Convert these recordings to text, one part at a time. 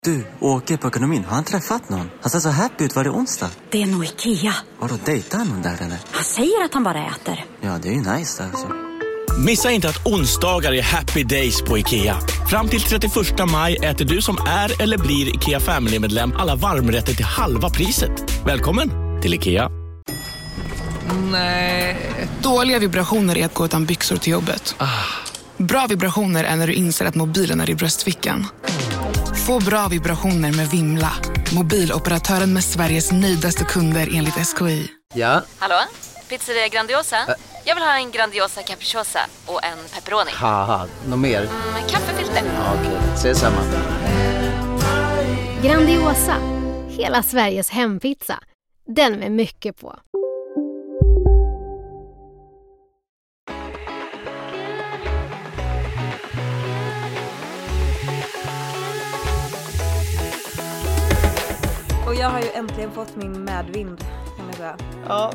Du, åker på ekonomin. Har han träffat någon? Han ser så happy ut. Var det onsdag? Det är nog Ikea. Har du dejtat någon där eller? Han säger att han bara äter. Ja, det är ju nice alltså. Missa inte att onsdagar är happy days på Ikea. Fram till 31 maj äter du som är eller blir Ikea Family-medlem alla varmrätter till halva priset. Välkommen till Ikea. Nej. Dåliga vibrationer är att gå utan byxor till jobbet. Bra vibrationer är när du inser att mobilen är i bröstfickan. Få bra vibrationer med Vimla. Mobiloperatören med Sveriges nöjdaste kunder enligt SKI. Ja? Hallå? Pizzeria Grandiosa? Jag vill ha en Grandiosa capriciosa och en pepperoni. Haha, något mer? Kaffefilter. Ja, okej, ses samma. Grandiosa, hela Sveriges hempizza. Den med mycket på. Och jag har ju äntligen fått min medvind, kan man säga. Ja.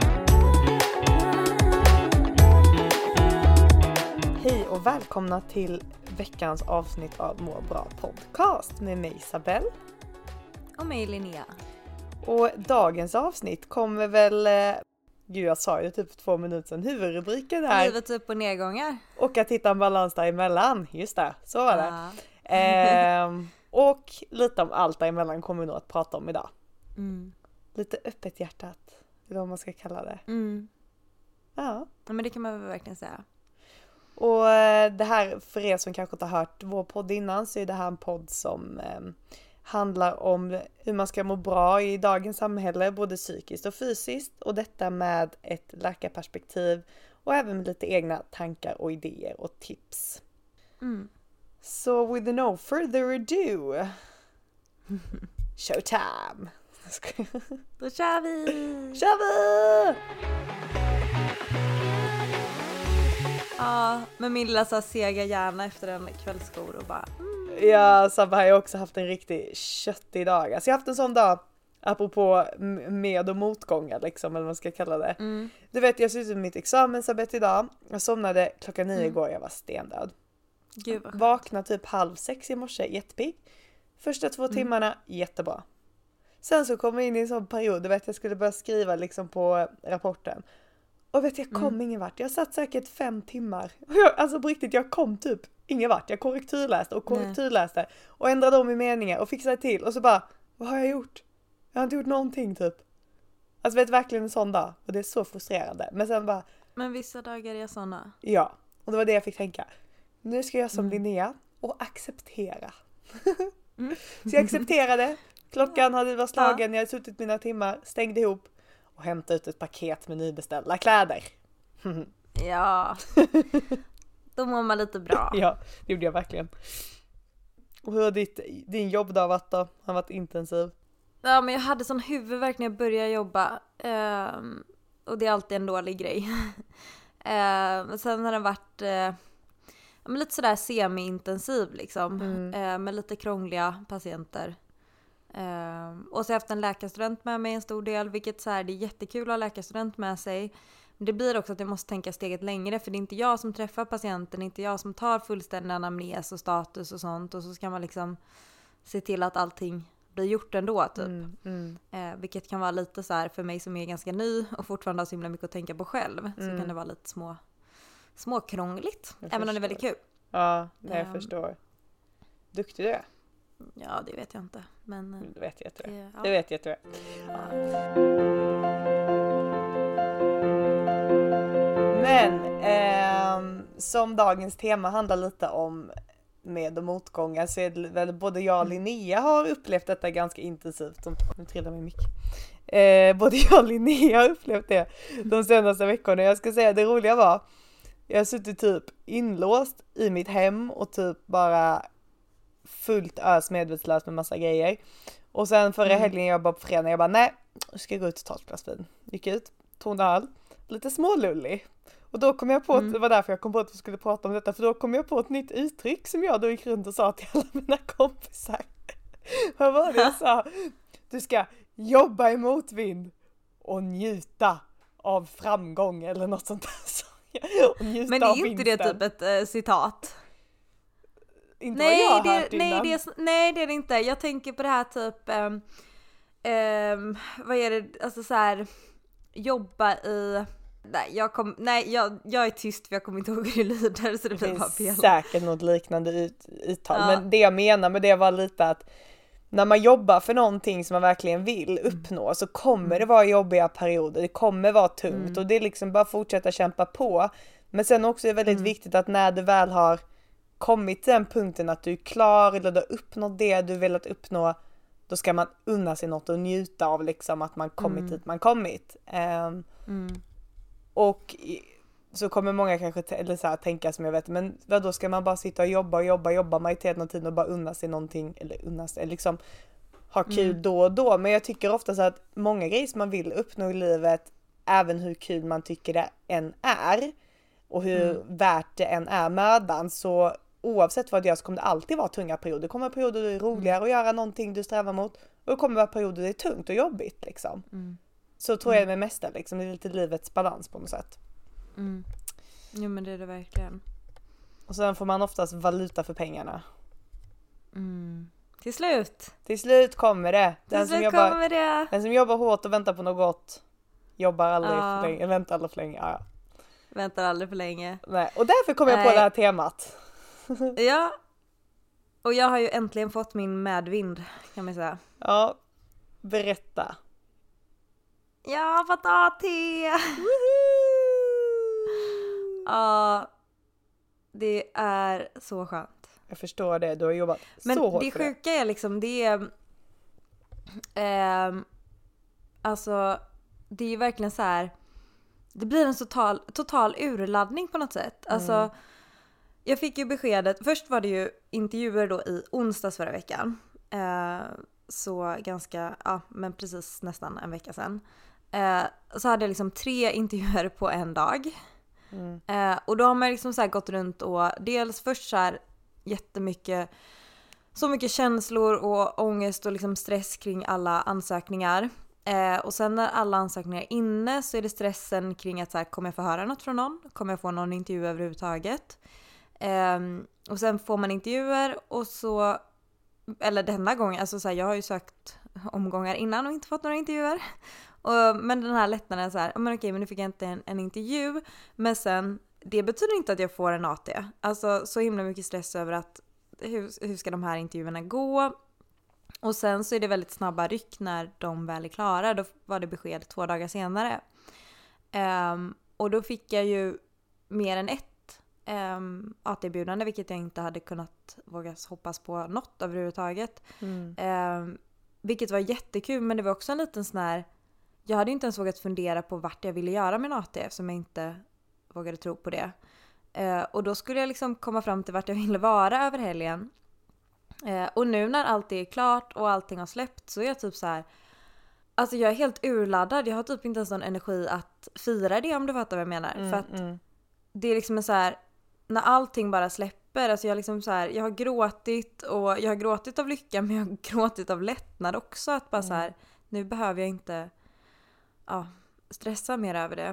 Hej och välkomna till veckans avsnitt av Må bra podcast med mig Isabel. Och mig Linnea. Och dagens avsnitt kommer väl... Gud, jag sa ju typ 2 minuter sedan huvudrubriken här. Livet upp- och nedgångar. Och att hitta en balans däremellan. Just det, så var det. Och lite om allt däremellan kommer vi nog att prata om idag. Lite öppet hjärtat. Det är vad man ska kalla det. Ja, men det kan man väl verkligen säga. Och det här, för er som kanske inte har hört vår podd innan, så är det här en podd som handlar om hur man ska må bra i dagens samhälle, både psykiskt och fysiskt. Och detta med ett läkarperspektiv och även med lite egna tankar och idéer och tips. Så with no further ado, showtime! Då kör vi! Kör vi! Ja, med min lilla så här sega hjärna efter en kvällsskor och bara... Ja, Sabba har ju också haft en riktigt köttig dag. Alltså jag har haft en sån dag, apropå med- och motgångar liksom, eller vad man ska kalla det. Du vet, jag sitter med mitt examensarbete idag. Jag somnade 9:00 igår, jag var stendöd. Gud vad vaknade typ 5:30 i morse, jättepigg. Första 2 timmarna, jättebra. Sen så kom jag in i en sån period, du vet, jag skulle börja skriva liksom på rapporten. Och vet jag kom ingen vart. Jag satt säkert 5 timmar. Alltså på riktigt, jag kom typ ingen vart. Jag korrekturläste och ändrade om i meningar och fixade till. Och så bara, vad har jag gjort? Jag har inte gjort någonting typ. Alltså vet verkligen en sån dag. Och det är så frustrerande. Men sen bara... Men vissa dagar är såna. Ja, och det var det jag fick tänka. Nu ska jag som Linnea och acceptera. Så jag accepterade. Klockan hade varit slagen, jag hade suttit mina timmar, stängde ihop och hämtade ut ett paket med nybeställda kläder. Ja, då mår man lite bra. Ja, det gjorde jag verkligen. Och hur har din jobbdag varit då? Har varit intensiv? Ja, men jag hade sån huvudvärk när jag började jobba. Och det är alltid en dålig grej. Men sen har den varit lite sådär semi-intensiv liksom. Med lite krångliga patienter. Och så har jag haft en läkarstudent med mig en stor del. Vilket så här, det är jättekul att ha läkarstudent med sig. Men det blir också att jag måste tänka steget längre. För det är inte jag som träffar patienten. Det är inte jag som tar fullständig anamnes och status och sånt. Och så ska man liksom se till att allting blir gjort ändå typ. Vilket kan vara lite så här för mig som är ganska ny och fortfarande har så himla mycket att tänka på själv. Så kan det vara lite småkrångligt. Även om det är väldigt kul. Ja, jag förstår. Duktig du är. Ja, det vet jag inte. Men det vet jag, tror jag. Ja. Det vet jag, tror jag. Men som dagens tema handlar lite om med- och motgångar, så är det väl både jag och Linnea har upplevt detta ganska intensivt. Nu trillar min mick. Både jag och Linnea har upplevt det de senaste veckorna. Jag ska säga, det roliga var, jag har suttit typ inlåst i mitt hem och typ bara fullt ös medvetslös med massa grejer. Och sen förra helgen jag bara på fredag, jag bara nej, jag ska gå ut och ta ett glas vin. Gick ut, tog en öl, lite smålullig. Och då kom jag på, det var därför jag kom på att vi skulle prata om detta, för då kom jag på ett nytt uttryck som jag då gick runt och sa till alla mina kompisar. Vad var det jag sa? Du ska jobba i motvind och njuta av framgång eller något sånt där. Men är inte det typ ett citat? Inte vad jag har hört nej, innan. nej, det är det inte. Jag tänker på det här typ vad är det, alltså så här, jobba i... Nej, jag är tyst för jag kommer inte ihåg hur det lyder, så det blir bara fel. Säkert något liknande uttal. Ja. Men det jag menar med det var lite att när man jobbar för någonting som man verkligen vill uppnå så kommer det vara jobbiga perioder. Det kommer vara tungt och det är liksom bara fortsätta kämpa på. Men sen också är det väldigt viktigt att när du väl har kommit till den punkten att du är klar eller du har uppnått det du velat uppnå, då ska man unna sig något och njuta av liksom att man kommit dit man kommit. Och så kommer många kanske eller så här, tänka som jag vet, men då ska man bara sitta och jobba majoriteten av tiden och bara unna sig någonting eller liksom ha kul då och då. Men jag tycker ofta så att många grejer som man vill uppnå i livet, även hur kul man tycker det än är och hur värt det än är mödan, så oavsett vad det gör så kommer det alltid vara tunga perioder. Det kommer perioder där det är roligare att göra någonting du strävar mot och det kommer vara perioder där det är tungt och jobbigt liksom. Så tror jag med mesta liksom, det är lite livets balans på något sätt. Jo, men det är det verkligen. Och sen får man oftast valuta för pengarna. Till slut kommer det. Den som jobbar hårt och väntar på något gott jobbar aldrig för länge. Väntar aldrig för länge. Ja. Väntar aldrig för länge. Nej. Och därför kom jag på det här temat. Ja. Och jag har ju äntligen fått min medvind, kan man säga. Ja. Berätta. Jag har fått AT! Ja, det är så skönt. Jag förstår det, du har jobbat men så hårt det för det. sjuka är liksom, det är alltså, det är verkligen så här, det blir en total urladdning på något sätt. Alltså, jag fick ju beskedet, först var det ju intervjuer då i onsdags förra veckan. Så ganska, ja men precis nästan en vecka sedan. Så hade jag liksom 3 intervjuer på en dag. Och då har man liksom så här gått runt och dels först så här jättemycket, så mycket känslor och ångest och liksom stress kring alla ansökningar. Och sen när alla ansökningar är inne så är det stressen kring att så här, kommer jag få höra något från någon? Kommer jag få någon intervju överhuvudtaget? Och sen får man intervjuer och så, eller denna gången, alltså så här, jag har ju sökt omgångar innan och inte fått några intervjuer. Men den här lättnaden så här, men okej, men nu fick jag inte en intervju, men sen, det betyder inte att jag får en AT. Alltså så himla mycket stress över att hur ska de här intervjuerna gå? Och sen så är det väldigt snabba ryck när de väl är klara. Då var det besked 2 dagar senare. Och då fick jag ju mer än ett AT-bjudande, vilket jag inte hade kunnat våga hoppas på något överhuvudtaget. Vilket var jättekul, men det var också en liten sån här, jag hade inte ens vågat fundera på vart jag ville göra min AT, som jag inte vågade tro på det. Och då skulle jag liksom komma fram till vart jag ville vara över helgen. Och nu när allt är klart och allting har släppt så är jag typ så här, alltså jag är helt urladdad. Jag har typ inte ens någon energi att fira det, om du fattar vad jag menar. För att det är liksom en så här, när allting bara släpper, alltså jag liksom så här, jag har gråtit, och jag har gråtit av lycka, men jag har gråtit av lättnad också, att bara så här, nu behöver jag inte stressa mer över det.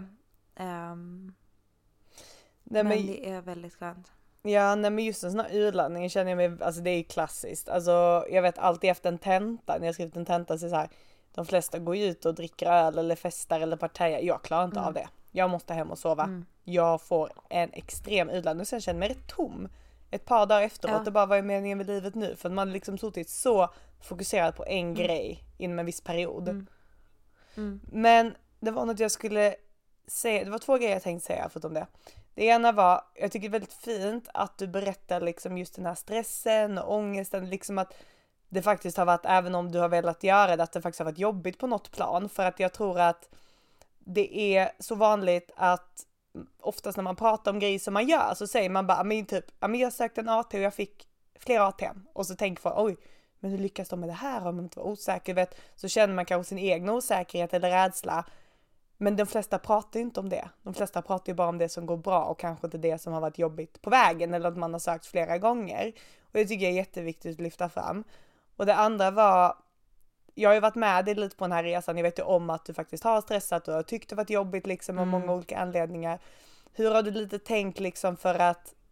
Men det är väldigt skönt. Ja, nej, men just en sån här urladdning känner jag mig, alltså det är ju klassiskt. Alltså jag vet alltid efter en tenta, när jag skrivit en tenta så här, de flesta går ju ut och dricker öl eller festar eller partajar. Jag klarar inte av det. Jag måste hem och sova. Jag får en extrem urladdning och sen känner jag mig rätt tom. Ett par dagar efteråt, det bara, vad är meningen med livet nu? För man liksom suttit så fokuserad på en grej inom en viss period. Men det var något jag skulle säga, det var 2 grejer jag tänkte säga förutom det. Det ena var, jag tycker det är väldigt fint att du berättar liksom just den här stressen och ångesten, liksom att det faktiskt har varit, även om du har velat göra det, att det faktiskt har varit jobbigt på något plan. För att jag tror att det är så vanligt att oftast när man pratar om grejer som man gör så säger man bara, men typ, jag sökte en AT och jag fick flera AT. Och så tänker folk, oj, men hur lyckas de med det här om man inte var osäker? Vet, så känner man kanske sin egen osäkerhet eller rädsla. Men de flesta pratar ju inte om det. De flesta pratar ju bara om det som går bra och kanske inte det som har varit jobbigt på vägen eller att man har sökt flera gånger. Och det tycker jag är jätteviktigt att lyfta fram. Och det andra var, jag har ju varit med dig lite på den här resan. Jag vet ju om att du faktiskt har stressat och har tyckt det varit jobbigt liksom av många olika anledningar. Hur har du lite tänkt liksom för att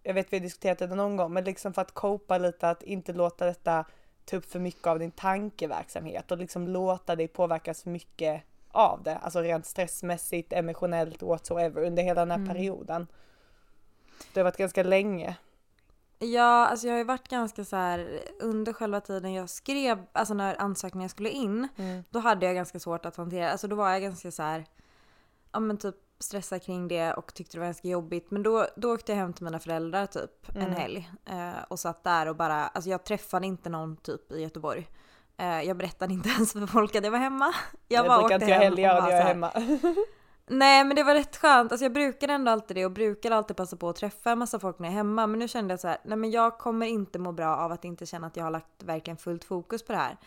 jag vet vi har diskuterat det någon gång, men liksom för att copa lite, att inte låta detta ta upp för mycket av din tankeverksamhet och liksom låta dig påverkas för mycket av det, alltså rent stressmässigt, emotionellt, whatsoever, under hela den här perioden. Det har varit ganska länge. Ja, alltså jag har ju varit ganska så här under själva tiden jag skrev, alltså när ansökningen skulle in, då hade jag ganska svårt att hantera, alltså då var jag ganska så här, ja men typ stressad kring det och tyckte det var ganska jobbigt, men då åkte jag hem till mina föräldrar typ en helg och satt där och bara, alltså jag träffade inte någon typ i Göteborg. Jag berättade inte ens för folk att jag var hemma. Jag bara åkte hem och bara jag är hemma. Nej, men det var rätt skönt. Alltså jag brukade ändå alltid det och brukade alltid passa på att träffa en massa folk när jag är hemma. Men nu kände jag så här, nej men jag kommer inte må bra av att inte känna att jag har lagt verkligen fullt fokus på det här.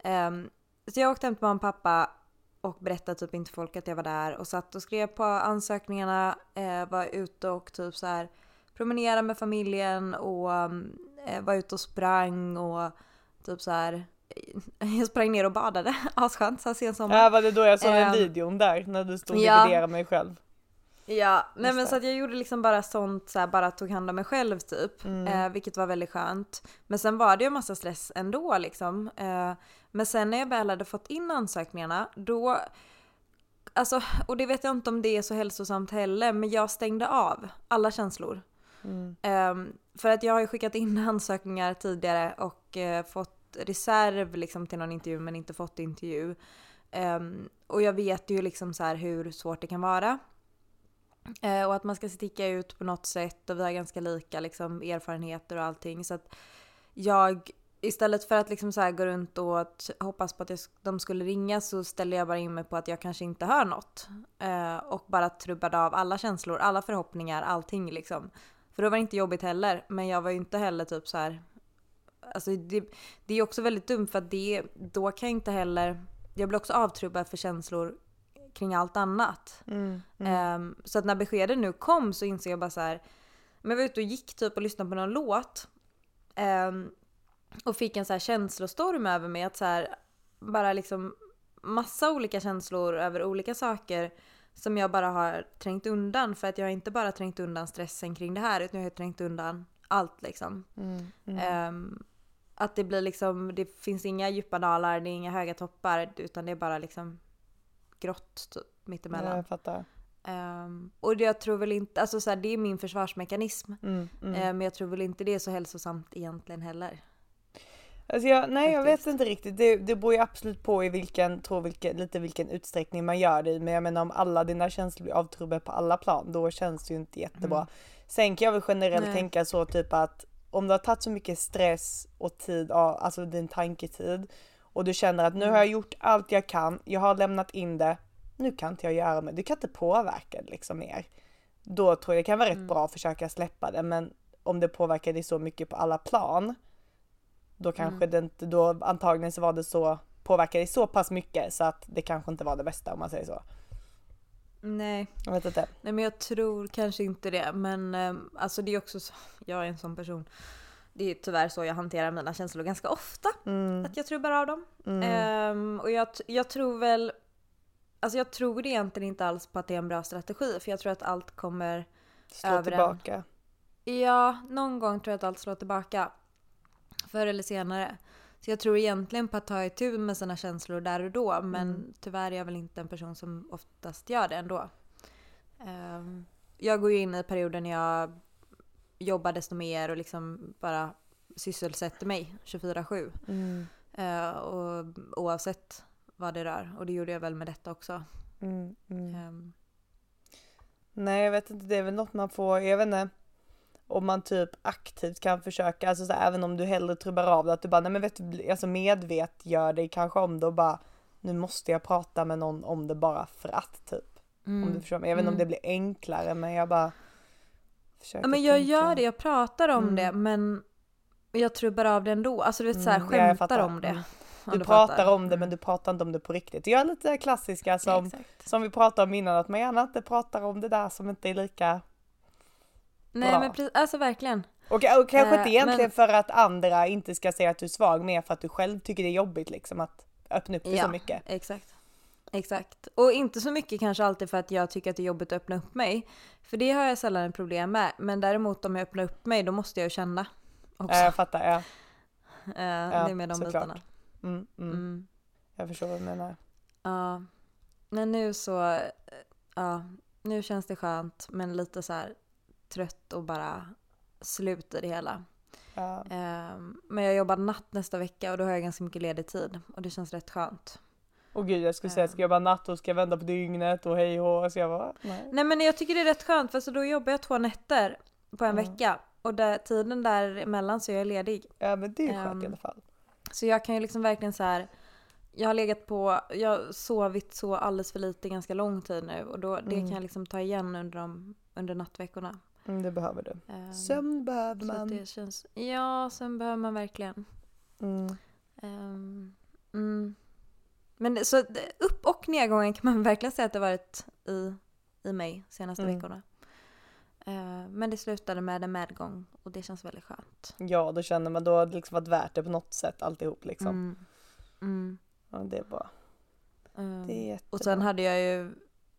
Så jag åkte hem till mamma och pappa och berättade typ inte folk att jag var där. Och satt och skrev på ansökningarna, var ute och typ så här promenera med familjen och var ute och sprang och typ så här. Jag sprang ner och badade. Asskönt, så sen sommar. Ja, var det då jag såg en videon där när du stod och dividerade mig själv? Ja, nej men så att jag gjorde liksom bara sånt, så här, bara tog hand om mig själv typ, vilket var väldigt skönt. Men sen var det ju en massa stress ändå liksom. Men sen när jag väl hade fått in ansökningarna, då, alltså, och det vet jag inte om det är så hälsosamt heller, men jag stängde av alla känslor. För att jag har ju skickat in ansökningar tidigare och fått reserv liksom till någon intervju men inte fått intervju. Och jag vet ju liksom så här hur svårt det kan vara. Och att man ska sticka ut på något sätt och vi har ganska lika liksom erfarenheter och allting. Så att jag, istället för att liksom så här gå runt och hoppas på att de skulle ringa, så ställde jag bara in mig på att jag kanske inte hör något. Och bara trubbade av alla känslor, alla förhoppningar, allting liksom. För då var det inte jobbigt heller, men jag var ju inte heller typ så här. Alltså det är också väldigt dumt, för att då kan jag inte heller, jag blir också avtrubbad för känslor kring allt annat. Så att när beskedet nu kom så insåg jag bara så här, men jag var ute och gick typ och lyssnade på någon låt och fick en så här känslostorm över mig, att så här, bara liksom massa olika känslor över olika saker som jag bara har trängt undan, för att jag har inte bara trängt undan stressen kring det här, utan jag har trängt undan allt liksom. Att det blir liksom, det finns inga djupa dalar, det är inga höga toppar, utan det är bara liksom grått typ mittemellan. Ja, jag fattar. Och jag tror väl inte, alltså så här, det är min försvarsmekanism. Men jag tror väl inte det är så hälsosamt egentligen heller. Alltså jag vet inte riktigt. Det beror ju absolut på i vilken utsträckning man gör det. Men jag menar, om alla dina känslor blir avtrubbade på alla plan, då känns det ju inte jättebra. Sen kan jag väl generellt tänka så typ att om du har tagit så mycket stress och tid, alltså din tanketid, och du känner att nu har jag gjort allt jag kan, jag har lämnat in det, nu kan inte jag göra mer, du kan inte påverka det liksom mer. Då tror jag det kan vara rätt bra att försöka släppa det, men om det påverkar dig så mycket på alla plan, då kanske det inte, då antagligen så var det så, påverkar dig så pass mycket så att det kanske inte var det bästa, om man säger så. Nej. Jag vet inte. Nej, men jag tror kanske inte det, men alltså det är också så, jag är en sån person. Det är tyvärr så jag hanterar mina känslor ganska ofta, att jag trubbar av dem. Och jag tror väl, alltså jag tror egentligen inte alls på att det är en bra strategi, för jag tror att allt kommer slå tillbaka. Ja, någon gång tror jag att allt slår tillbaka. Förr eller senare. Så jag tror egentligen på att ta itu med sina känslor där och då, men tyvärr är jag väl inte en person som oftast gör det ändå. Jag går ju in i perioden när jag jobbar desto mer och liksom bara sysselsätter mig 24/7. Och oavsett vad det rör. Och det gjorde jag väl med detta också. Nej, jag vet inte. Det är väl något man får, jag vet inte, om man typ aktivt kan försöka, alltså så här, även om du hellre trubbar av det, att du bara, nej men vet du, alltså medvet gör dig kanske om det och bara, nu måste jag prata med någon om det bara för att typ. Om du förstår mig. Jag vet inte om det blir enklare, men jag bara försöker. Ja, men jag gör det, jag pratar om det, men jag trubbar av det ändå. Alltså du vet såhär, skämtar om det. Du pratar om det, men du pratar inte om det på riktigt. Jag är lite klassiska som vi pratade om innan, att man gärna inte pratar om det där som inte är lika. Nej, men precis, alltså verkligen. Och kanske inte egentligen för att andra inte ska säga att du är svag, mer för att du själv tycker det är jobbigt liksom att öppna upp det så mycket. Exakt. Exakt. Och inte så mycket kanske alltid för att jag tycker att det är jobbigt att öppna upp mig. För det har jag sällan en problem med. Men däremot om jag öppnar upp mig, då måste jag ju känna också. Jag fattar, ja. Det är med de bitarna. Jag förstår vad du menar. Ja. Men nu så... Ja, nu känns det skönt. Men lite så här trött och bara slut i det hela. Ja. Men jag jobbar natt nästa vecka och då har jag ganska mycket ledig tid. Och det känns rätt skönt. Och gud, jag skulle säga, ska jag jobba natt och ska jag vända på dygnet och hej och så jag bara, nej men jag tycker det är rätt skönt för så då jobbar jag 2 nätter på en vecka. Och tiden däremellan så är jag ledig. Ja men det är skönt i alla fall. Så jag kan ju liksom verkligen så här. Jag har sovit så alldeles för lite ganska lång tid nu. Och då, det kan jag liksom ta igen under nattveckorna. Det behöver du. Sömn behöver man. Det känns, sömn behöver man verkligen. Men så upp- och nedgången kan man verkligen säga att det har varit i mig senaste veckorna. Men det slutade med en medgång och det känns väldigt skönt. Ja, då känner man då har det liksom varit värt det på något sätt alltihop liksom. Ja, det är bra. Det är jättebra. Och sen hade jag ju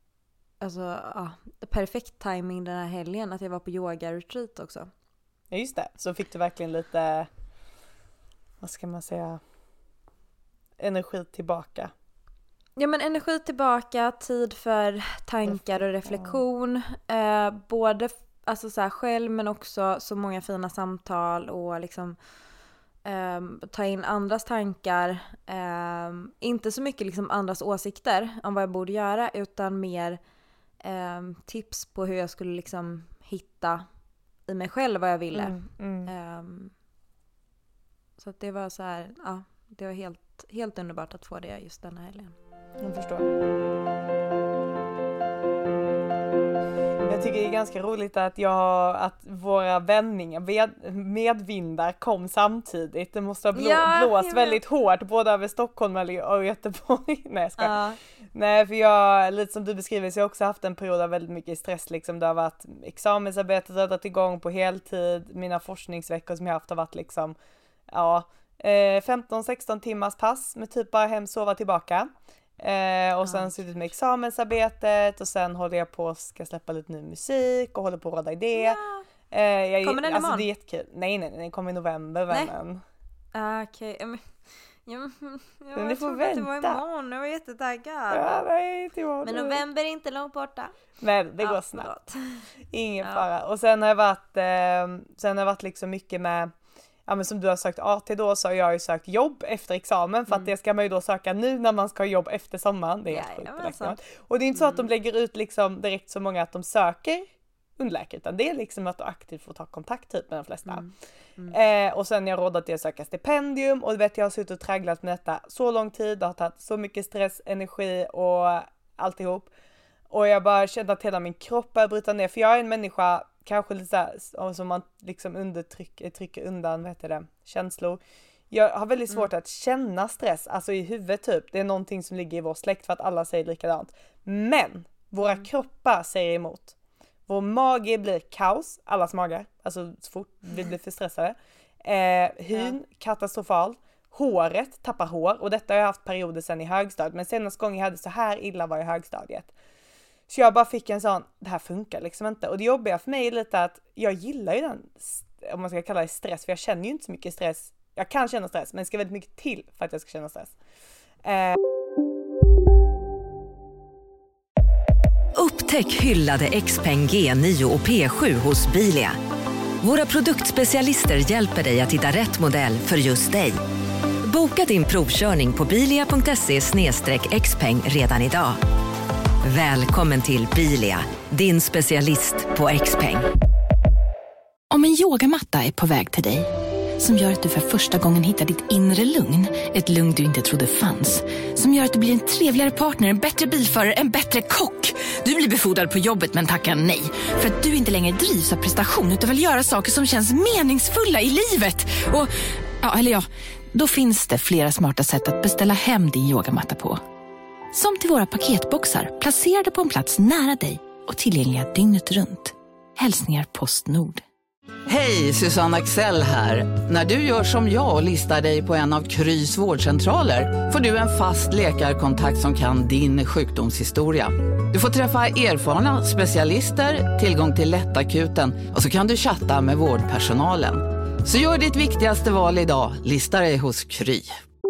perfekt timing den här helgen att jag var på yoga-retreat också. Ja, just det. Så fick du verkligen lite, vad ska man säga, energi tillbaka. Ja, men energi tillbaka, tid för tankar och reflektion. Både alltså så här själv men också så många fina samtal och liksom ta in andras tankar. Inte så mycket liksom andras åsikter om vad jag borde göra utan mer tips på hur jag skulle liksom hitta i mig själv vad jag ville. Så att det var så här, det var helt underbart att få det just den här helgen. Jag förstår. Jag tycker det är ganska roligt att våra vändningar, medvindar kom samtidigt. Det måste ha blåst väldigt hårt både över Stockholm och Göteborg. Nej, jag skojar. Nej, för jag, lite som du beskriver, så jag har också haft en period av väldigt mycket stress. Liksom. Det har varit examensarbetet har dragit igång på heltid. Mina forskningsveckor som jag haft har varit liksom, 15-16 timmars pass med typ bara hem, sova, tillbaka. Och sen suttit med examensarbetet och sen håller jag på ska släppa lite ny musik och håller på att råda idé. Kommer den imorgon? Det är jättekul. Nej, den kommer i november, vännen. Okej. Men jag trodde att det var imorgon. Jag var jättetaggad. Ja, nej, det var men november är inte långt borta. Nej, det går snabbt. Ingen fara. Och sen har jag varit liksom mycket med, men som du har sökt AT då, så har jag ju sökt jobb efter examen för att det ska man ju då söka nu när man ska ha jobb efter sommaren. Det är helt sjukt. Och det är inte så att de lägger ut liksom direkt så många att de söker underläkare, utan det är liksom att du aktivt får ta kontakt typ med de flesta. Och sen jag rådat till att söka stipendium och jag har suttit och tragglat med detta så lång tid, det har tagit så mycket stress, energi och alltihop. Och jag bara kände att hela min kropp börjar bryta ner, för jag är en människa kanske lite såhär, som man liksom trycker undan, känslor. Jag har väldigt svårt att känna stress, alltså i huvudet typ. Det är någonting som ligger i vår släkt för att alla säger likadant. Men våra kroppar säger emot. Vår mage blir kaos, allas magar, alltså så fort vi blir för stressade. Hyn, katastrofal. Håret, tappar hår. Och detta har jag haft perioder sedan i högstadiet. Men senast gången jag hade så här illa var i högstadiet. Så jag bara fick en sån, det här funkar liksom inte. Och det jobbiga för mig är lite att jag gillar ju den, om man ska kalla det stress. För jag känner ju inte så mycket stress. Jag kan känna stress, men det ska väldigt mycket till för att jag ska känna stress. Upptäck hyllade XPeng G9 och P7 hos Bilia. Våra produktspecialister hjälper dig att hitta rätt modell för just dig. Boka din provkörning på bilia.se/xpeng redan idag. Välkommen till Bilia, din specialist på XPeng. Om en yogamatta är på väg till dig, som gör att du för första gången hittar ditt inre lugn, ett lugn du inte trodde fanns, som gör att du blir en trevligare partner, en bättre bilförare, en bättre kock. Du blir befordrad på jobbet men tackar nej, för att du inte längre drivs av prestation utan vill göra saker som känns meningsfulla i livet. Och, då finns det flera smarta sätt att beställa hem din yogamatta på. Som till våra paketboxar, placerade på en plats nära dig och tillgängliga dygnet runt. Hälsningar Postnord. Hej, Susanne Axel här. När du gör som jag och listar dig på en av Krys vårdcentraler får du en fast läkarkontakt som kan din sjukdomshistoria. Du får träffa erfarna specialister, tillgång till lättakuten och så kan du chatta med vårdpersonalen. Så gör ditt viktigaste val idag, lista dig hos Kry.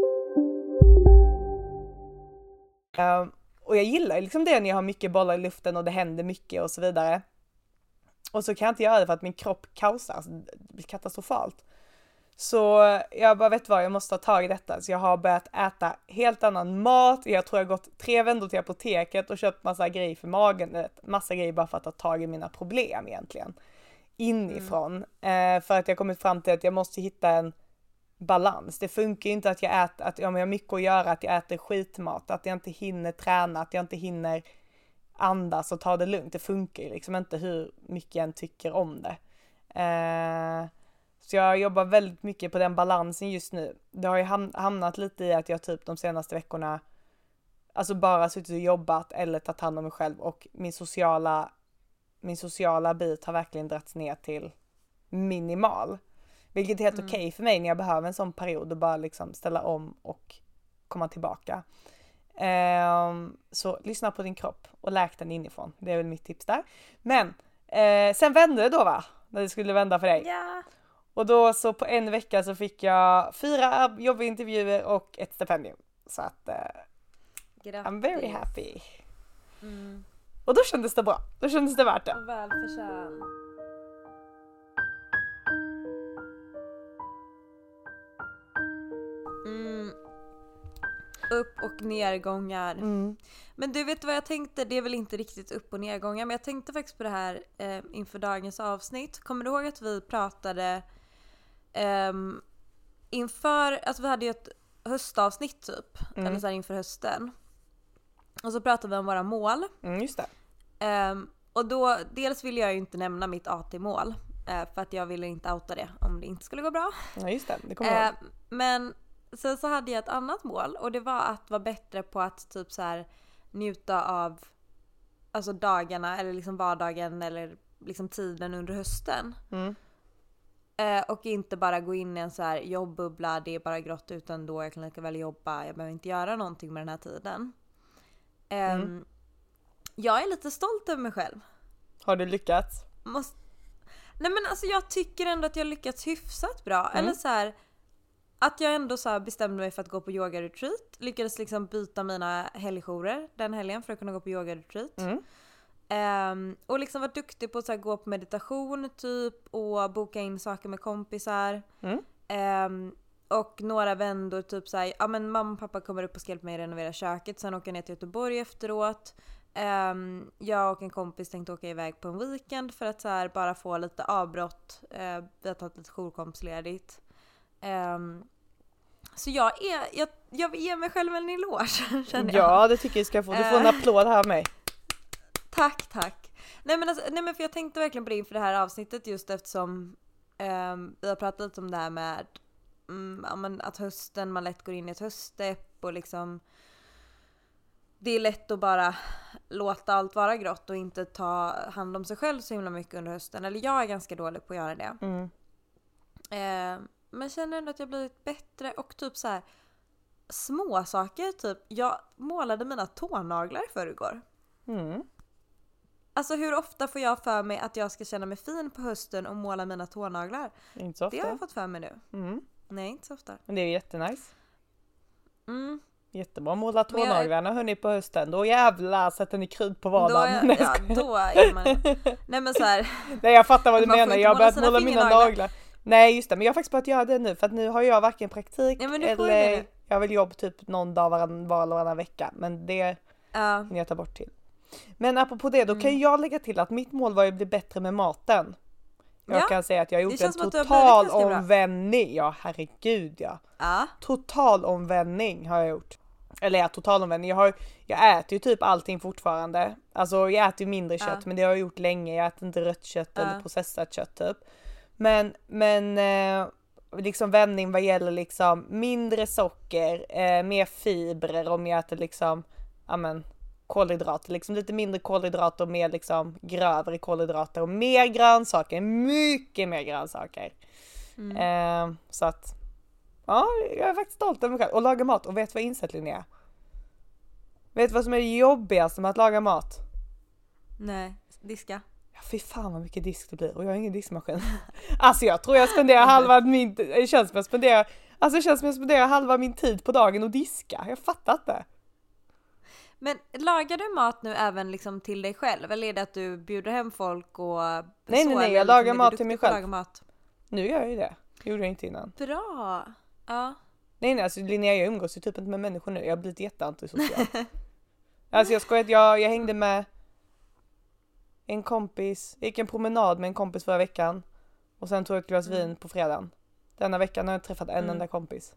Och jag gillar liksom det när jag har mycket bollar i luften och det händer mycket och så vidare. Och så kan jag inte göra det för att min kropp kaosar. Det blir katastrofalt. Så jag bara vet vad, jag måste ta tag i detta. Så jag har börjat äta helt annan mat. Jag tror jag har gått 3 vändor till apoteket och köpt massa grejer för magen. Massa grejer bara för att ta tag i mina problem egentligen. Inifrån. För att jag kommit fram till att jag måste hitta en balans. Det funkar ju inte att jag äter, att jag har mycket att göra, att jag äter skitmat. Att jag inte hinner träna, att jag inte hinner andas och ta det lugnt. Det funkar ju liksom inte hur mycket jag än tycker om det. Så jag jobbar väldigt mycket på den balansen just nu. Det har ju hamnat lite i att jag typ de senaste veckorna alltså bara suttit och jobbat eller tagit hand om mig själv och min sociala bit har verkligen dragits ner till minimal. Vilket är helt okej för mig när jag behöver en sån period och bara liksom ställa om och komma tillbaka. Så lyssna på din kropp och läk den inifrån. Det är väl mitt tips där. Men sen vände det då, va? När det skulle vända för dig. Ja. Och då så på en vecka så fick jag 4 jobbintervjuer och ett stipendium. Så att I'm very happy. Och då kändes det bra. Då kändes det värt det. Och välförtjänt. Upp- och nedgångar. Men du vet vad jag tänkte? Det är väl inte riktigt upp- och nedgångar. Men jag tänkte faktiskt på det här inför dagens avsnitt. Kommer du ihåg att vi pratade inför... Alltså vi hade ju ett höstavsnitt typ. Eller så här inför hösten. Och så pratade vi om våra mål. Just det. Och då, dels ville jag ju inte nämna mitt AT-mål. För att jag ville inte outa det om det inte skulle gå bra. Ja, just det. Det kommer jag ihåg. Men... Sen så hade jag ett annat mål och det var att vara bättre på att typ så här njuta av alltså dagarna eller liksom vardagen eller liksom tiden under hösten. Och inte bara gå in i en så här jobbbubbla, det är bara grått utan då jag kan lika väl jobba, jag behöver inte göra någonting med den här tiden. Jag är lite stolt över mig själv. Har du lyckats? Nej men alltså jag tycker ändå att jag lyckats hyfsat bra. Eller så här att jag ändå så här bestämde mig för att gå på yoga-retreat. Lyckades liksom byta mina helgjourer den helgen för att kunna gå på yoga-retreat. Och liksom var duktig på att så här gå på meditation typ. Och boka in saker med kompisar. Och några vändor typ så här, ja men mamma och pappa kommer upp och ska hjälpa mig renovera köket. Sen åker jag ner till Göteborg efteråt. Jag och en kompis tänkte åka iväg på en weekend för att så här bara få lite avbrott. Vi har tagit lite jourkompsledigt. Så jag ger mig själv en eloge, känner jag. Ja, det tycker jag ska få. Du får en applåd här av mig. Tack. Nej men för jag tänkte verkligen på det inför det här avsnittet just eftersom vi har pratat lite om det här med att hösten, man lätt går in i ett höststepp och liksom det är lätt att bara låta allt vara grått och inte ta hand om sig själv så himla mycket under hösten. Eller jag är ganska dålig på att göra det. Men jag känner ändå att jag blivit bättre och typ så här små saker typ. Jag målade mina tånaglar i förrgår. Alltså hur ofta får jag för mig att jag ska känna mig fin på hösten och måla mina tånaglar? Inte så ofta. Det har jag fått för mig nu. Nej, inte så ofta. Men det är ju jättenice. Jättebra, måla tånaglarna hörni på hösten. Då jävlar sätter ni kryd på vardagen. Då är man... Nej men så här. Nej jag fattar vad du menar. Jag har börjat måla mina naglar. Nej just det, men jag har faktiskt börjat göra det nu. För att nu har jag varken praktik eller jag vill jobba typ någon dag varannan vecka. Men det kan jag ta bort till. Men apropå det, då kan jag lägga till att mitt mål var att bli bättre med maten. Jag kan säga att jag har gjort en total omvändning. Ja, herregud ja. Total omvändning har jag gjort. Eller ja, total omvändning. Jag äter ju typ allting fortfarande. Alltså jag äter ju mindre kött, men det har jag gjort länge. Jag äter inte rött kött eller processat kött typ. Men liksom vändning vad gäller liksom mindre socker, mer fibrer om jag äter liksom kolhydrater, liksom lite mindre kolhydrater och mer liksom grövre kolhydrater och mer grönsaker, mycket mer grönsaker. Så att ja, jag är faktiskt stolt över mig själv och laga mat. Och vet du vad jag insett, Linnea? Vet du vad som är det jobbigaste med att laga mat? Nej, diska. Ja, fy fan vad mycket disk det blir. Och jag har ingen diskmaskin. Alltså jag tror jag spenderar halva min... Det känns som jag spenderar halva min tid på dagen och diska. Jag fattar inte. Men lagar du mat nu även liksom till dig själv? Eller är det att du bjuder hem folk och... Nej, jag lagar mat till mig själv. Nu gör jag ju det. Gjorde jag inte innan. Bra. Ja. Nej, alltså Linnea, jag umgås ju typ inte med människor nu. Jag har blivit jätteantisocial. Alltså jag skojar, jag hängde med en kompis. Jag gick en promenad med en kompis förra veckan. Och sen tog jag ett glas vin på fredagen. Denna veckan har jag träffat en enda kompis.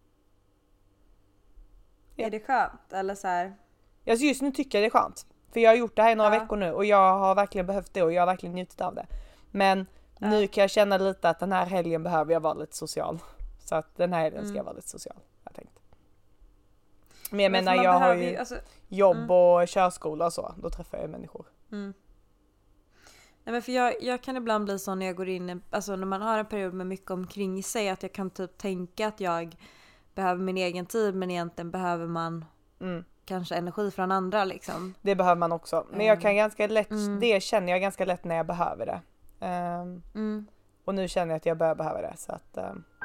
Ja. Är det skönt? Eller så här? Alltså just nu tycker jag det är skönt. För jag har gjort det här i några veckor nu. Och jag har verkligen behövt det. Och jag har verkligen njutit av det. Men nu kan jag känna lite att den här helgen behöver jag vara lite social. Så att den här helgen ska jag vara lite social, jag tänkt. Men jag menar, jag har ju jobb och körskola och så. Då träffar jag människor. Nej, men för jag kan ibland bli så när jag går in, alltså när man har en period med mycket omkring sig, att jag kan typ tänka att jag behöver min egen tid, men egentligen behöver man kanske energi från andra liksom. Det behöver man också. Men jag kan ganska lätt, det känner jag ganska lätt när jag behöver det. Och nu känner jag att jag börjar behöva det. Så att,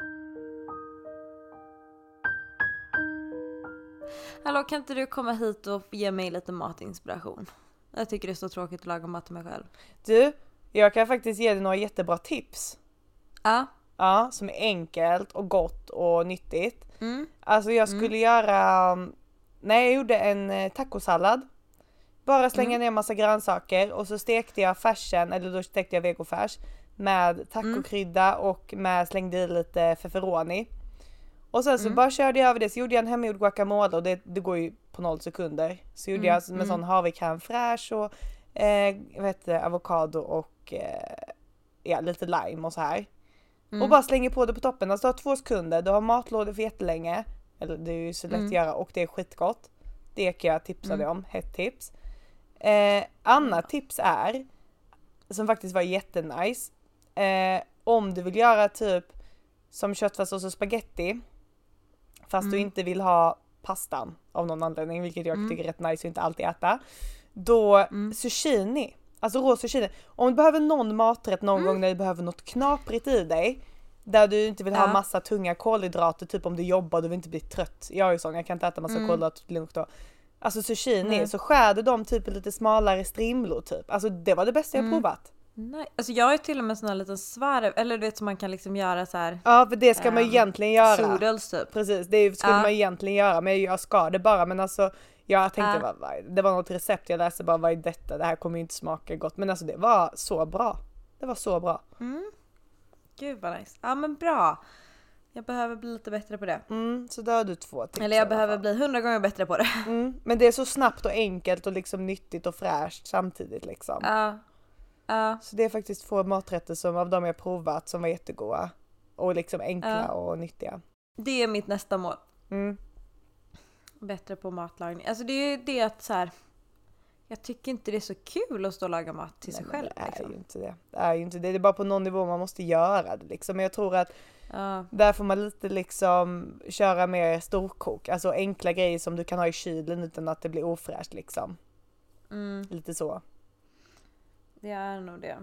Hallå, kan inte du komma hit och ge mig lite matinspiration? Jag tycker det är så tråkigt att laga mat till mig själv. Du, jag kan faktiskt ge dig några jättebra tips. Ja, som är enkelt och gott och nyttigt. Alltså jag skulle göra... Nej, jag gjorde en tacosallad. Bara slänga ner massa grönsaker. Och så stekte jag färsen, eller då stekte jag vegofärs med tacokrydda och slängde i lite pepperoni. Och sen så bara körde jag över det. Så gjorde jag en hemgjord guacamole och det går ju på 0 sekunder. Så gjorde jag med sån havrecrème fraîche och avokado och lite lime och så här. Och bara slänger på det på toppen. Alltså det har 2 sekunder. Du har matlådor för jättelänge. Eller det är ju så lätt att göra och det är skitgott. Det kan jag tipsa dig om. Hett tips. Annat tips är, som faktiskt var jättenice, om du vill göra typ som köttfärssås och spaghetti fast du inte vill ha pastan av någon anledning, vilket jag tycker är rätt nice och inte alltid äta, då zucchini, alltså rå zucchini. Om du behöver någon maträtt någon gång när du behöver något knaprigt i dig, där du inte vill ha massa tunga kolhydrater, typ om du jobbar och du vill inte bli trött. Jag är ju sån, jag kan inte äta massa kolhydrater till lunch då. Alltså zucchini, så skär du dem typ lite smalare strimlor typ. Alltså det var det bästa jag provat. Nej, alltså jag är till och med en sån här liten svarv, eller du vet som man kan liksom göra så här. Ja, för det ska man egentligen göra. Sodels typ. Precis, det skulle man egentligen göra, men jag ska det bara. Men alltså, jag tänkte, det var något recept jag läste bara, vad är detta? Det här kommer ju inte smaka gott. Men alltså det var så bra. Det var så bra. Gud vad nice. Ja men bra. Jag behöver bli lite bättre på det. Så där har du 2 tips. Eller jag behöver bli 100 gånger bättre på det. Men det är så snabbt och enkelt och liksom nyttigt och fräscht samtidigt liksom. Så det är faktiskt 2 maträtter som av dem jag provat som var jättegoda. Och liksom enkla och nyttiga. Det är mitt nästa mål. Bättre på matlagning. Alltså det är ju det att så här, jag tycker inte det är så kul att stå och laga mat till sig själv. Det är ju inte det. Det är ju inte det. Det är bara på någon nivå man måste göra det liksom. Men jag tror att där får man lite liksom köra mer storkok. Alltså enkla grejer som du kan ha i kylen utan att det blir ofräscht liksom. Lite så. Det är nog det.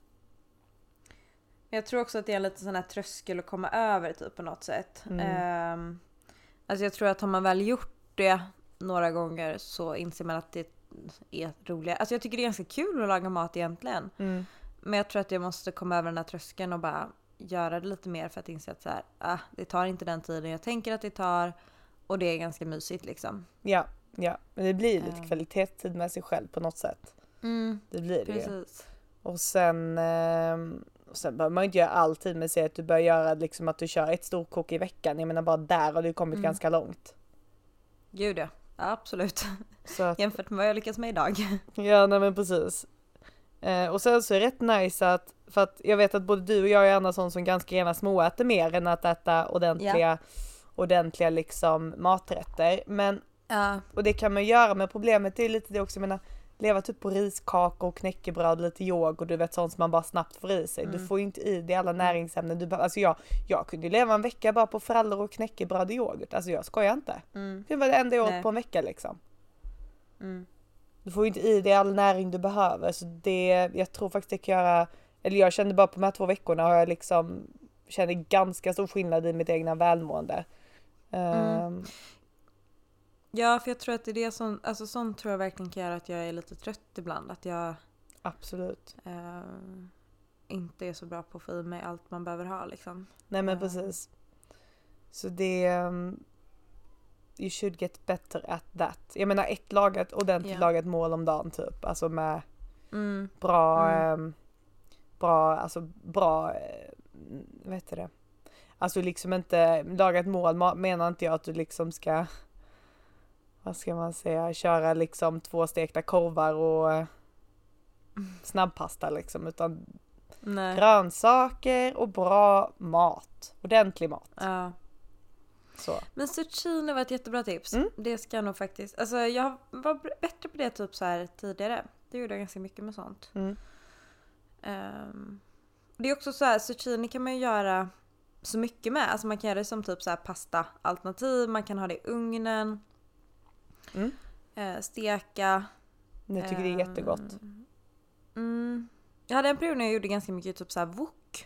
Men jag tror också att det är en liten sån här tröskel att komma över typ på något sätt. Alltså jag tror att har man väl gjort det några gånger så inser man att det är roligare. Alltså jag tycker det är ganska kul att laga mat egentligen. Men jag tror att jag måste komma över den här tröskeln och bara göra det lite mer för att inse att så här, det tar inte den tiden jag tänker att det tar och det är ganska mysigt liksom. Ja. Men det blir lite kvalitetstid med sig själv på något sätt. Det blir det ju. Och sen behöver man inte göra alltid, men säg att du börjar göra liksom att du kör ett storkok i veckan. Jag menar bara där har du kommit ganska långt. Gud ja, absolut. Så att, jämfört med vad jag lyckas med idag. Ja, nej men precis. Och sen så är det rätt nice att, för att jag vet att både du och jag är andra sån som ganska gärna småäter mer än att äta ordentliga liksom maträtter. Men Ja. Och det kan man göra, men problemet är lite det också, jag menar, leva typ på riskakor och knäckebröd, lite yoghurt och du vet sånt som man bara snabbt får i sig. Du får ju inte i dig alla näringsämnen du behöver. Alltså jag kunde ju leva en vecka bara på frallor och knäckebröd och yoghurt. Alltså jag skojar inte. Det var det enda jag åt på en vecka liksom. Du får ju inte i dig all näring du behöver. Så det, jag tror faktiskt det kan göra, eller jag kände bara på de här 2 veckorna har jag liksom kände ganska stor skillnad i mitt egna välmående. Ja, för jag tror att det är det som, alltså sånt tror jag verkligen kan göra att jag är lite trött ibland. Att jag absolut inte är så bra på att få i mig allt man behöver ha liksom. Nej men precis. Så det you should get better at that. Jag menar ett ordentligt lagat mål om dagen typ. Alltså med bra vad heter det? Alltså liksom inte laga ett mål menar inte jag att du liksom ska, vad ska man säga, köra liksom 2 stekta korvar och snabbpasta liksom, utan grönsaker och bra mat, ordentlig mat. Ja. Så. Men zucchini var ett jättebra tips. Det ska jag nog faktiskt, alltså jag var bättre på det typ så här tidigare. Det gjorde jag ganska mycket med sånt. Det är också så här, zucchini kan man ju göra så mycket med. Alltså man kan göra det som typ så här pasta alternativ, man kan ha det i ugnen. Steka. Jag tycker det är jättegott. Jag hade en period när jag gjorde ganska mycket typ så här wok.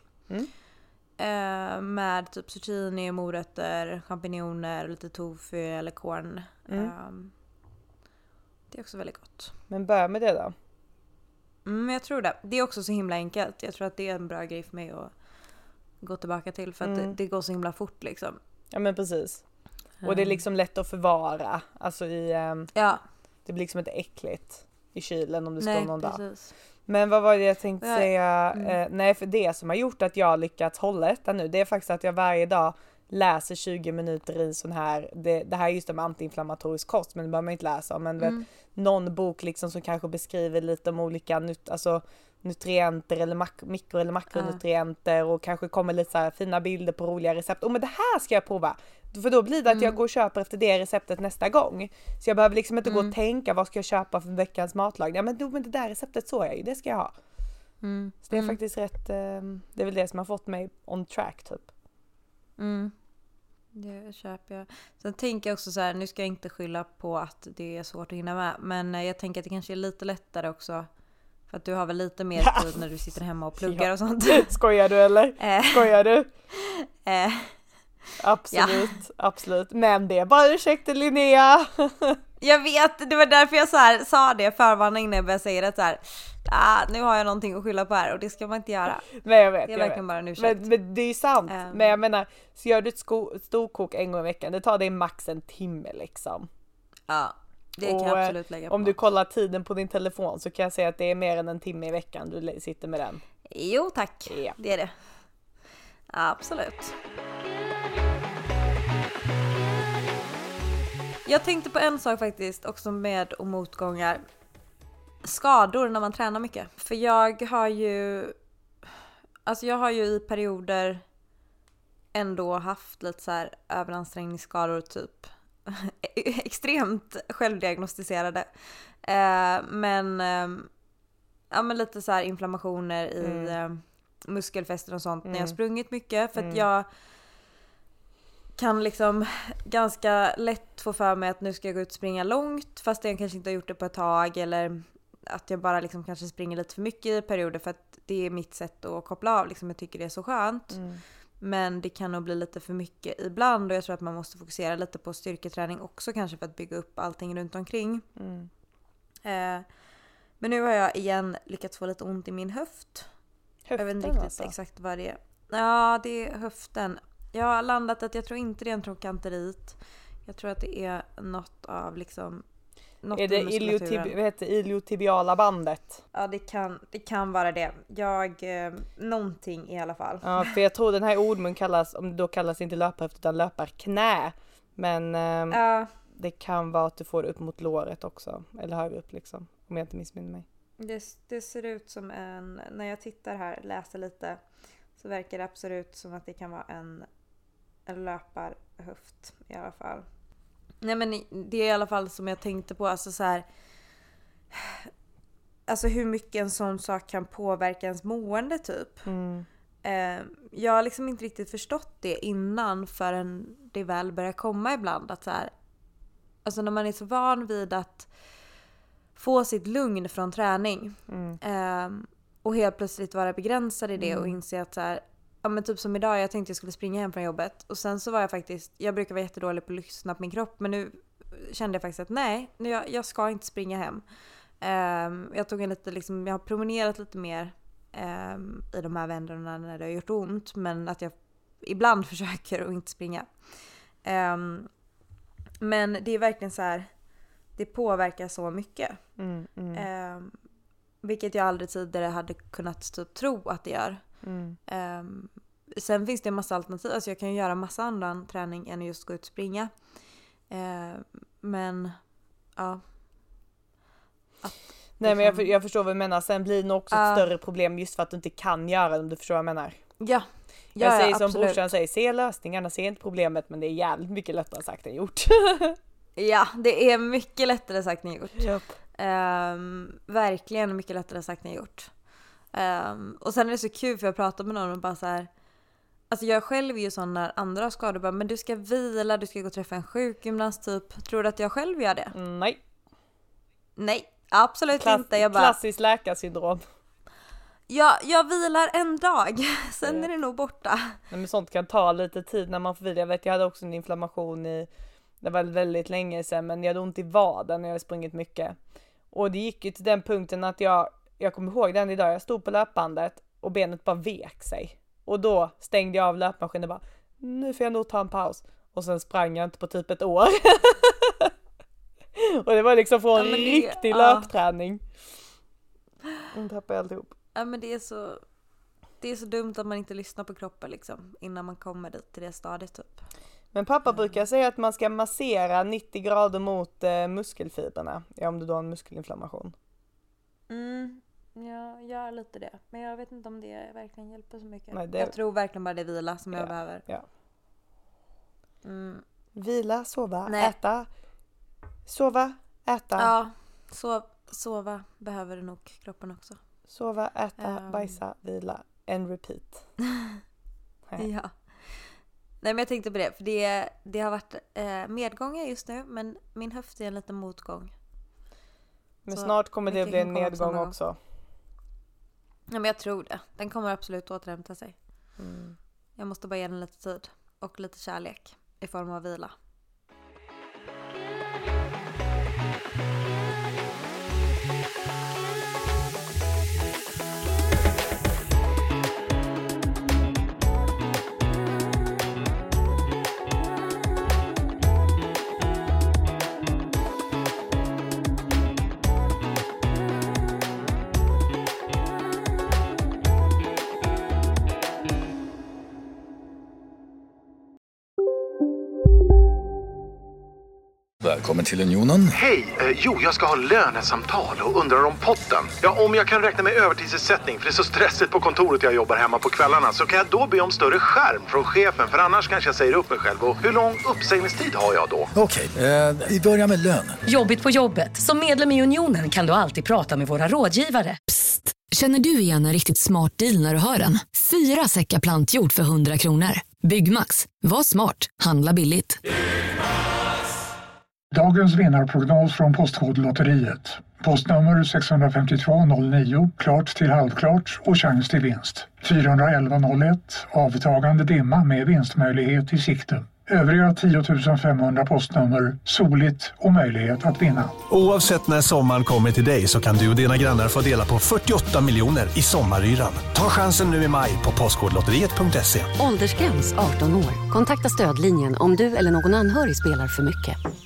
Med typ zucchini, morötter, champinjoner, lite tofu eller korn. Det är också väldigt gott. Men börja med det då. Jag tror det. Det är också så himla enkelt. Jag tror att det är en bra grej för mig att gå tillbaka till. För att det går så himla fort liksom. Ja men precis. Och det är liksom lätt att förvara. Alltså i... Det blir liksom inte äckligt i kylen om det står någon dag. Men vad var det jag tänkte säga? Nej, för det som har gjort att jag lyckats hålla detta nu, det är faktiskt att jag varje dag läser 20 minuter i sån här, det här är just med antiinflammatorisk kost, men det behöver man inte läsa om, men någon bok liksom som kanske beskriver lite om olika nutrienter eller mikro- eller makronutrienter och kanske kommer lite så här fina bilder på roliga recept. Men det här ska jag prova. För då blir det att jag går och köper efter det receptet nästa gång. Så jag behöver liksom inte gå och tänka vad ska jag köpa för veckans matlagning. Ja men det där receptet så jag ju, det ska jag ha. Så det är faktiskt rätt, det är väl det som har fått mig on track typ. Det köper jag. Sen tänker jag också så här, nu ska jag inte skylla på att det är svårt att hinna med. Men jag tänker att det kanske är lite lättare också. För att du har väl lite mer tid när du sitter hemma och pluggar och sånt. Skojar du eller? Skojar du? Absolut, absolut. Men det är bara ursäkta Linnea. Jag vet, det var därför jag sa det förvarning när jag började säga det så här. Nu har jag någonting att skylla på här och det ska man inte göra. Nej jag vet. Det är verkligen bara en ursäkt. Men det är ju sant. Men jag menar, så gör du ett storkok en gång i veckan, det tar dig max en timme liksom. Ja, det kan jag absolut lägga på. Om du kollar tiden på din telefon så kan jag säga att det är mer än en timme i veckan du sitter med den. Jo tack, det är det. Absolut. Jag tänkte på en sak faktiskt också med och motgångar. Skador när man tränar mycket. För jag har ju i perioder ändå haft lite så här överansträngningsskador typ. Extremt självdiagnostiserade. Men lite så här inflammationer i muskelfästen och sånt när jag sprungit mycket. För att jag kan liksom ganska lätt få för mig att nu ska jag gå ut och springa långt fast jag kanske inte har gjort det på ett tag, eller att jag bara liksom kanske springer lite för mycket i perioder för att det är mitt sätt att koppla av liksom. Jag tycker det är så skönt. Men det kan nog bli lite för mycket ibland och jag tror att man måste fokusera lite på styrketräning också kanske för att bygga upp allting runt omkring. Men nu har jag igen lyckats få lite ont i min höft. Höften, jag vet inte riktigt alltså. Exakt vad det är. Ja, det är höften. Jag har landat att jag tror inte det är en trochanterit. Jag tror att det är något av liksom... Något är det iliotibiala bandet? Ja, det kan vara det. Någonting i alla fall. Ja, för jag tror den här ordmun kallas, om det då kallas inte löparhöft utan löparknä. Men det kan vara att du får det upp mot låret också. Eller högre upp liksom, om jag inte missminner mig. Det ser ut som när jag tittar här, läser lite, så verkar det absolut som att det kan vara en löparhöft i alla fall. Nej men det är i alla fall som jag tänkte på, alltså så här, alltså hur mycket en sån sak kan påverka ens mående typ. Jag har liksom inte riktigt förstått det innan förrän det väl börjar komma ibland, att så här, alltså när man är så van vid att få sitt lugn från träning och helt plötsligt vara begränsad i det och inse att så här, ja men typ som idag, jag tänkte jag skulle springa hem från jobbet och sen så var jag brukar vara jättedålig på att lyssna på min kropp, men nu kände jag faktiskt att nej, jag ska inte springa hem. Jag tog jag har promenerat lite mer i de här vänderna när det har gjort ont, men att jag ibland försöker att inte springa. Men det är verkligen så här, det påverkar så mycket. Vilket jag aldrig tidigare hade kunnat typ tro att det gör. Sen finns det en massa alternativ. Alltså jag kan ju göra massa annan träning än att just gå ut och springa. Men ja. Nej men jag förstår vad du menar. Sen blir det nog också ett större problem just för att du inte kan göra det, om du förstår vad jag menar. Ja. Jag säger som brorsan säger, se lösningarna, se inte problemet, men det är jävligt mycket lättare sagt än gjort. Ja, det är mycket lättare sagt än gjort. Yep. Verkligen mycket lättare sagt än gjort. Och sen är det så kul för jag pratar med någon och bara så här, alltså jag själv är ju sån när andra har skador bara, men du ska vila, du ska gå och träffa en sjukgymnast typ. Tror du att jag själv gör det? Nej, absolut inte. Jag bara, klassiskt läkarsyndrom. Ja, jag vilar en dag, sen är det nog borta. Nej, men sånt kan ta lite tid när man får vila. Jag hade också en inflammation det var väldigt länge sedan, men jag hade ont i vaden när jag hade sprungit mycket. Och det gick ju till den punkten att jag kommer ihåg den idag, jag stod på löpbandet och benet bara vek sig. Och då stängde jag av löpmaskinen och bara, nu får jag nog ta en paus. Och sen sprang jag inte på typ ett år. Och det var liksom från riktig löpträning. Nu tappade jag alltihop. Ja men det är så dumt att man inte lyssnar på kroppen liksom, innan man kommer dit till det stadiet typ. Men pappa brukar säga att man ska massera 90 grader mot muskelfibrerna. Ja, om du då har en muskelinflammation. Ja, jag gör lite det. Men jag vet inte om det verkligen hjälper så mycket. Nej, jag tror verkligen bara det är vila som jag behöver. Ja. Vila, sova, äta. Sova, äta. Ja, sova behöver nog kroppen också. Sova, äta, bajsa, vila. And repeat. Ja. Nej men jag tänkte på det, för det har varit medgångar just nu, men min höft är en liten motgång. Men så snart kommer det bli en nedgång också. Ja men jag tror det. Den kommer absolut återhämta sig. Jag måste bara ge den lite tid och lite kärlek i form av vila. Välkommen till Unionen. Hej, jag ska ha lönesamtal och undrar om potten. Ja, om jag kan räkna med övertidsersättning för det är så stressigt på kontoret, jag jobbar hemma på kvällarna, så kan jag då be om större skärm från chefen, för annars kanske jag säger upp mig själv. Och hur lång uppsägningstid har jag då? Okej, vi börjar med lön. Jobbigt på jobbet. Som medlem i Unionen kan du alltid prata med våra rådgivare. Psst! Känner du igen en riktigt smart deal när du hör den? 4 säckar plantjord för 100 kronor. Byggmax. Var smart. Handla billigt. Dagens vinnarprognos från Postkodlotteriet. Postnummer 65209, klart till halvklart och chans till vinst. 41101, avtagande dimma med vinstmöjlighet i sikte. Övriga 10 500 postnummer, soligt och möjlighet att vinna. Oavsett när sommaren kommer till dig så kan du och dina grannar få dela på 48 miljoner i sommaryran. Ta chansen nu i maj på postkodlotteriet.se. Åldersgräns 18 år. Kontakta stödlinjen om du eller någon anhörig spelar för mycket.